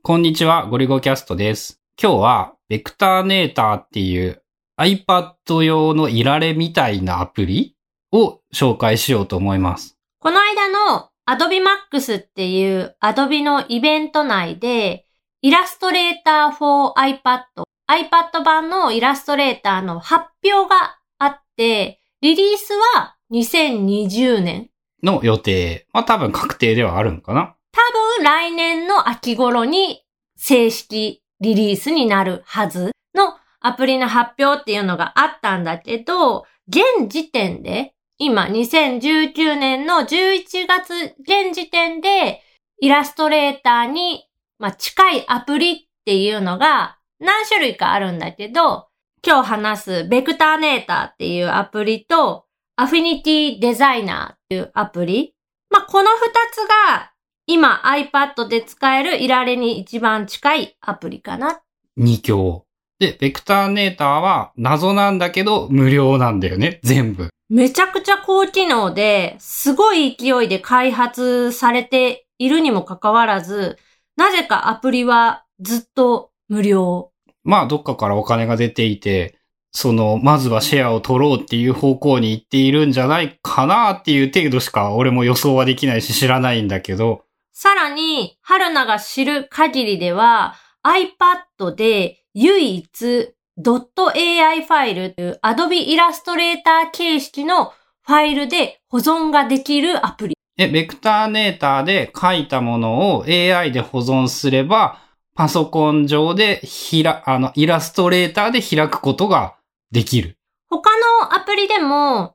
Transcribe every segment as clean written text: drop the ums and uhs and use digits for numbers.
こんにちは、ゴリゴキャストです。今日は、ベクターネーターっていう iPad 用のいられみたいなアプリを紹介しようと思います。 この間の Adobe Max っていう Adobe のイベント内で、イラストレーター for iPad 版のイラストレーターの発表があって、リリースは2020年の予定。多分確定ではあるんかな。 多分来年の秋頃に正式リリースになるはずのアプリの発表っていうのがあったんだけど、現時点で今2019年の11月現時点でイラストレーターに近いアプリっていうのが何種類かあるんだけど、今日話すベクターネーターっていうアプリとアフィニティデザイナーっていうアプリ。この2つが今 iPad で使えるいられに一番近いアプリかな。 2強。で、ベクターネーターは謎なんだけど無料なんだよね、全部。 めちゃくちゃ高機能で、すごい勢いで開発されているにもかかわらず、なぜかアプリはずっと無料。 どっかからお金が出ていて、まずはシェアを取ろうっていう方向に行っているんじゃないかなっていう程度しか俺も予想はできないし知らないんだけど。 さらに、春菜が知る限りでは、iPad で唯一 .ai ファイルという Adobe Illustrator 形式のファイルで保存ができるアプリ。 ベクターネーターで書いたものを AI で保存すれば、パソコン上でイラストレーターで開くことができる。 他のアプリでも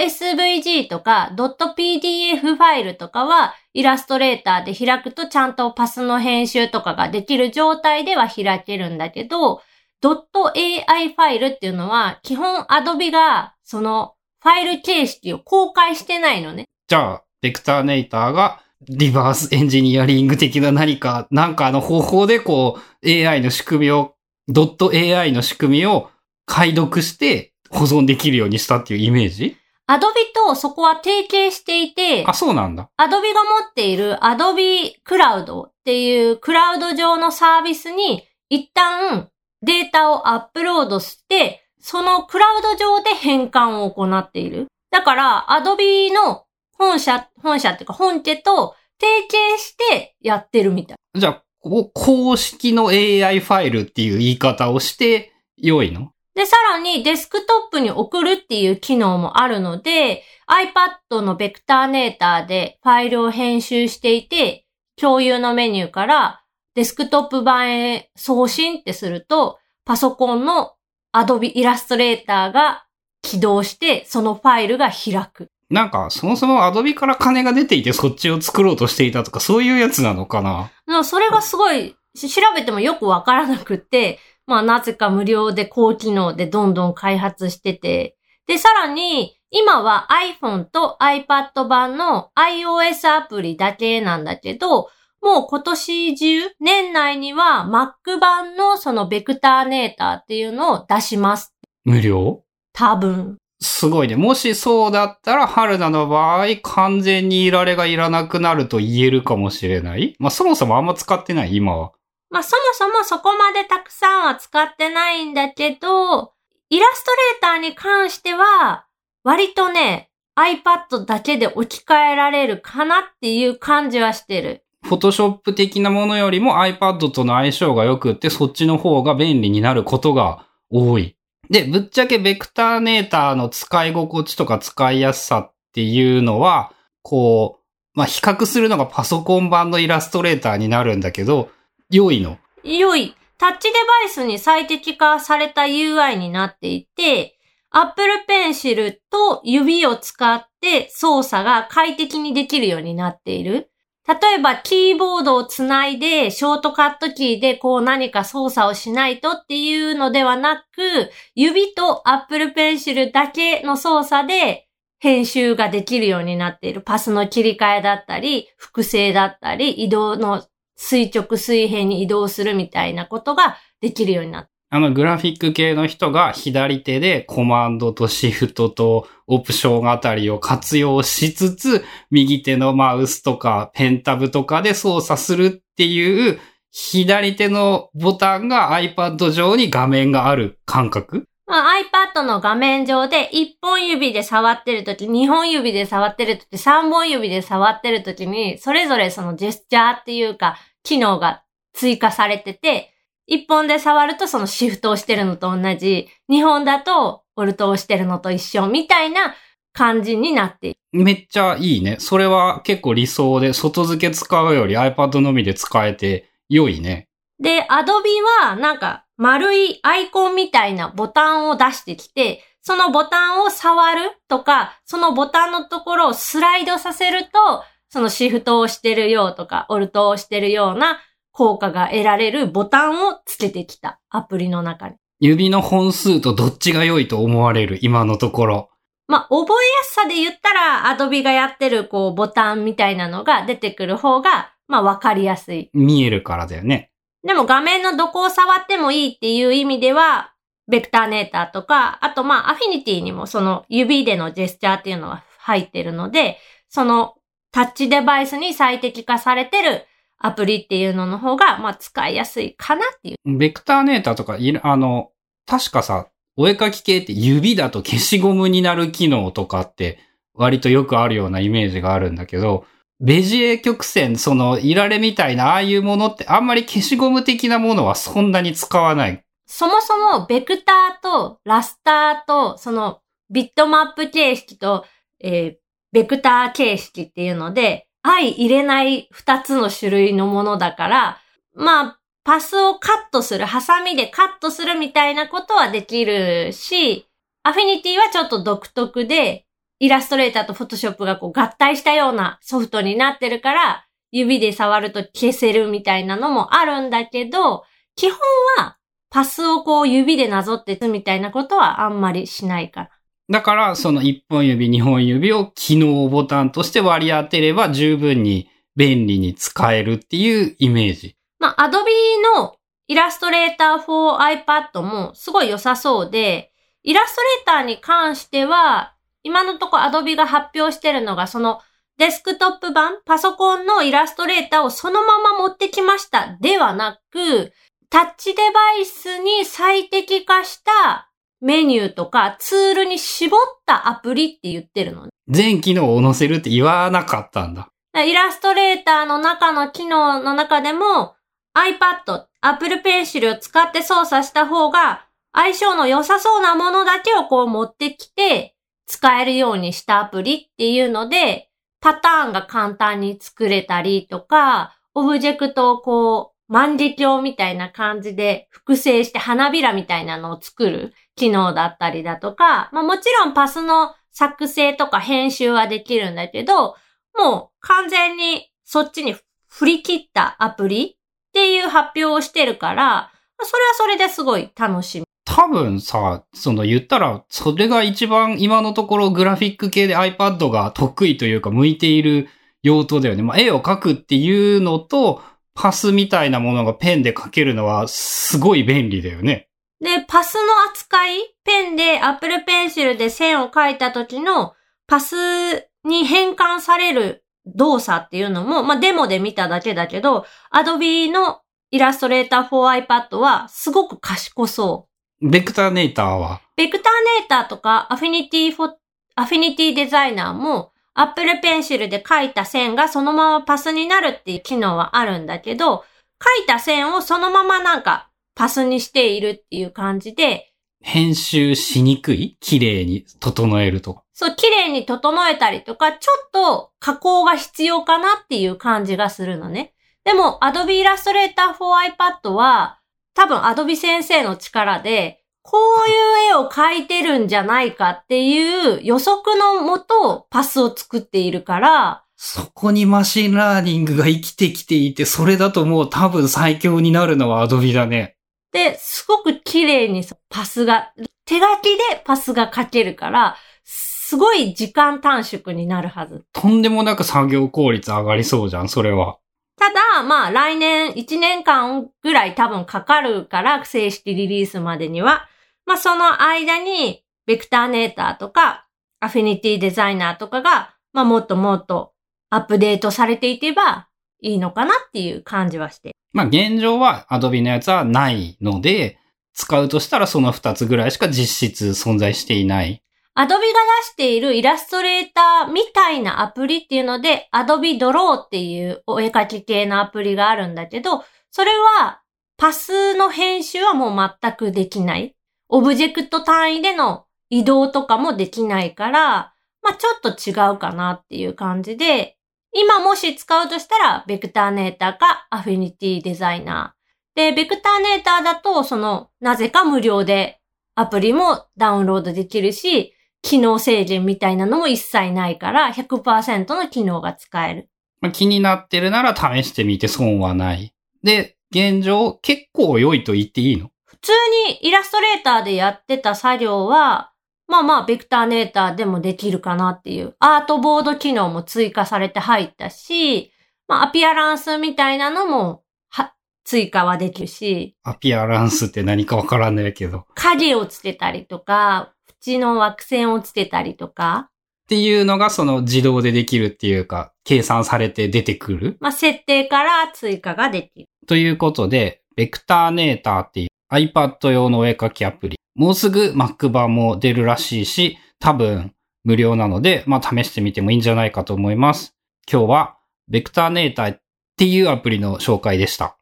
.svg とか .pdf ファイルとかはイラストレーターで開くとちゃんとパスの編集とかができる状態では開けるんだけど、.ai ファイルっていうのは基本 Adobe がそのファイル形式を公開してないのね。 じゃあ、ベクターネーターがリバースエンジニアリング的ななんかの方法でAI の仕組みを、.ai の仕組みを解読して保存できるようにしたっていうイメージ？ Adobe とそこは提携していて、 そうなんだ。 Adobe が持っている Adobe Cloud っていうクラウド上のサービスに一旦データをアップロードして、そのクラウド上で変換を行っている。だから Adobe の本社っていうか本家と提携してやってるみたい。 じゃあ、公式の AI ファイルっていう言い方をして良いの？ で、さらにデスクトップに送るっていう機能もあるので、iPad のベクターネーターでファイルを編集していて、共有のメニューからデスクトップ版へ送信ってすると、パソコンの Adobe Illustrator が起動して、そのファイルが開く。 そもそも Adobe から金が出ていてそっちを作ろうとしていたとかそういうやつなのかな？ それがすごい調べてもよくわからなくって、なぜか無料で高機能でどんどん開発してて。で、さらに、今は iPhone と iPad 版の iOS アプリだけなんだけど、もう今年中、年内には Mac 版のそのベクターネーターっていうのを出します。 無料？ 多分。 すごいね。もしそうだったら、春菜の場合、完全にいられがいらなくなると言えるかもしれない。そもそもあんま使ってない、今は。 そもそもそこまでたくさんは使ってないんだけど、イラストレーターに関しては、割とね、iPad だけで置き換えられるかなっていう感じはしてる。 Photoshop 的なものよりも iPad との相性が良くって、そっちの方が便利になることが多い。で、ぶっちゃけベクターネーターの使い心地とか使いやすさっていうのは、比較するのがパソコン版のイラストレーターになるんだけど、良いの？ 良い。タッチデバイスに最適化された UI になっていて、Apple Pencil と指を使って操作が快適にできるようになっている。例えばキーボードをつないでショートカットキーで何か操作をしないとっていうのではなく、指と Apple Pencil だけの操作で編集ができるようになっている。パスの切り替えだったり、複製だったり、移動の垂直水平に移動するみたいなことができるようになった。 グラフィック系の人が左手でコマンドとシフトとオプションあたりを活用しつつ、右手のマウスとかペンタブとかで操作するっていう左手のボタンが iPad 上に画面がある感覚？ iPad の画面上で1本指で触ってるとき、2本指で触ってるとき、3本指で触ってるときに、それぞれそのジェスチャーっていうか、機能が追加されてて、1本で触るとそのシフトをしてるのと同じ、2本だとオルトをしてるのと一緒みたいな感じになっている。 めっちゃいいね。それは結構理想で、外付け使うより iPad のみで使えて良いね。 で、Adobe はなんか丸いアイコンみたいなボタンを出してきて、そのボタンを触るとか、そのボタンのところをスライドさせると、そのシフトをしてるよとか、オルトをしてるような効果が得られるボタンをつけてきた。アプリの中に。 指の本数とどっちが良いと思われる、今のところ。 覚えやすさで言ったら、Adobe がやってるボタンみたいなのが出てくる方が、わかりやすい。 見えるからだよね。 でも画面のどこを触ってもいいっていう意味では、ベクターネーターとか、あとアフィニティにもその指でのジェスチャーっていうのが入ってるので、そのタッチデバイスに最適化されてるアプリっていうのの方が、使いやすいかなっていう。 ベクターネーターとか、確かさ、お絵描き系って指だと消しゴムになる機能とかって割とよくあるようなイメージがあるんだけど、ベジエ曲線、そのいられみたいなああいうものってあんまり消しゴム的なものはそんなに使わない。 そもそもベクターとラスターとそのビットマップ形式と、ベクター形式っていうので相入れない2つの種類のものだから、パスをカットする、ハサミでカットするみたいなことはできるし、アフィニティはちょっと独特で、イラストレーターとフォトショップが合体したようなソフトになってるから、指で触ると消せるみたいなのもあるんだけど、基本はパスを指でなぞってつみたいなことはあんまりしないから。 だからその1本指、2本指を機能ボタンとして割り当てれば十分に便利に使えるっていうイメージ。 Adobe のイラストレーター for iPad もすごい良さそうで、イラストレーターに関しては、今のところ Adobe が発表してるのが、そのデスクトップ版、パソコンのイラストレーターをそのまま持ってきましたではなく、タッチデバイスに最適化したメニューとかツールに絞ったアプリって言ってるのね。 全機能を載せるって言わなかったんだ。 イラストレーターの中の機能の中でも iPad、Apple Pencil を使って操作した方が相性の良さそうなものだけを持ってきて使えるようにしたアプリっていうので、パターンが簡単に作れたりとか、オブジェクトを万華鏡みたいな感じで複製して花びらみたいなのを作る機能だったりだとか、もちろんパスの作成とか編集はできるんだけど、もう完全にそっちに振り切ったアプリっていう発表をしてるから、それはそれですごい楽しみ。 多分さ、言ったら、それが一番今のところグラフィック系で iPad が得意というか向いている用途だよね。絵を描くっていうのと、パスみたいなものがペンで描けるのはすごい便利だよね。 で、パスの扱い、ペンで Apple Pencil で線を描いた時のパスに変換される動作っていうのも、デモで見ただけだけど、Adobe のイラストレーター for iPad はすごく賢そう。 ベクターネーターはベクターネーターとかアフィニティデザイナーも Apple Pencil で描いた線がそのままパスになるっていう機能はあるんだけど、描いた線をそのままパスにしているっていう感じで、 編集しにくい？綺麗に整えるとか。 そう、綺麗に整えたりとか、ちょっと加工が必要かなっていう感じがするのね。でも Adobe Illustrator for iPad は多分 Adobe 先生の力で、こういう絵を描いてるんじゃないかっていう予測のもとパスを作っているから、 そこにマシンラーニングが生きてきていて、それだともう多分最強になるのは Adobe だね。 で、すごく綺麗にパスが、手書きでパスが描けるから、すごい時間短縮になるはず。 とんでもなく作業効率上がりそうじゃん、それは。 ただ、来年1年間ぐらい多分かかるから、正式リリースまでには。その間に、ベクターネーターとか、アフィニティデザイナーとかが、もっともっとアップデートされていけば、 いいのかなっていう感じはして。 まあ現状は Adobe のやつはないので、使うとしたらその2つぐらいしか実質存在していない。 Adobe が出しているイラストレーターみたいなアプリっていうので、Adobe Draw っていうお絵描き系のアプリがあるんだけど、それはパスの編集はもう全くできない。オブジェクト単位での移動とかもできないから、まあちょっと違うかなっていう感じで、今もし使うとしたら、ベクターネーターかアフィニティデザイナー。で、ベクターネーターだと、なぜか無料でアプリもダウンロードできるし、機能制限みたいなのも一切ないから、100% の機能が使える。 まあ、気になってるなら試してみて損はない。で、現状結構良いと言っていいの？ 普通にイラストレーターでやってた作業は、まあ、ベクターネーターでもできるかなっていう。アートボード機能も追加されて入ったし、まあ、アピアランスみたいなのも、追加はできるし。 アピアランスって何かわからないけど。 影をつけたりとか、縁の枠線をつけたりとか。 っていうのが自動でできるっていうか、計算されて出てくる。 まあ、設定から追加ができる。 ということで、ベクターネーターっていう iPad 用のお絵描きアプリ。もうすぐ Mac 版も出るらしいし、多分無料なので、まあ試してみてもいいんじゃないかと思います。今日はベクターネーターっていうアプリの紹介でした。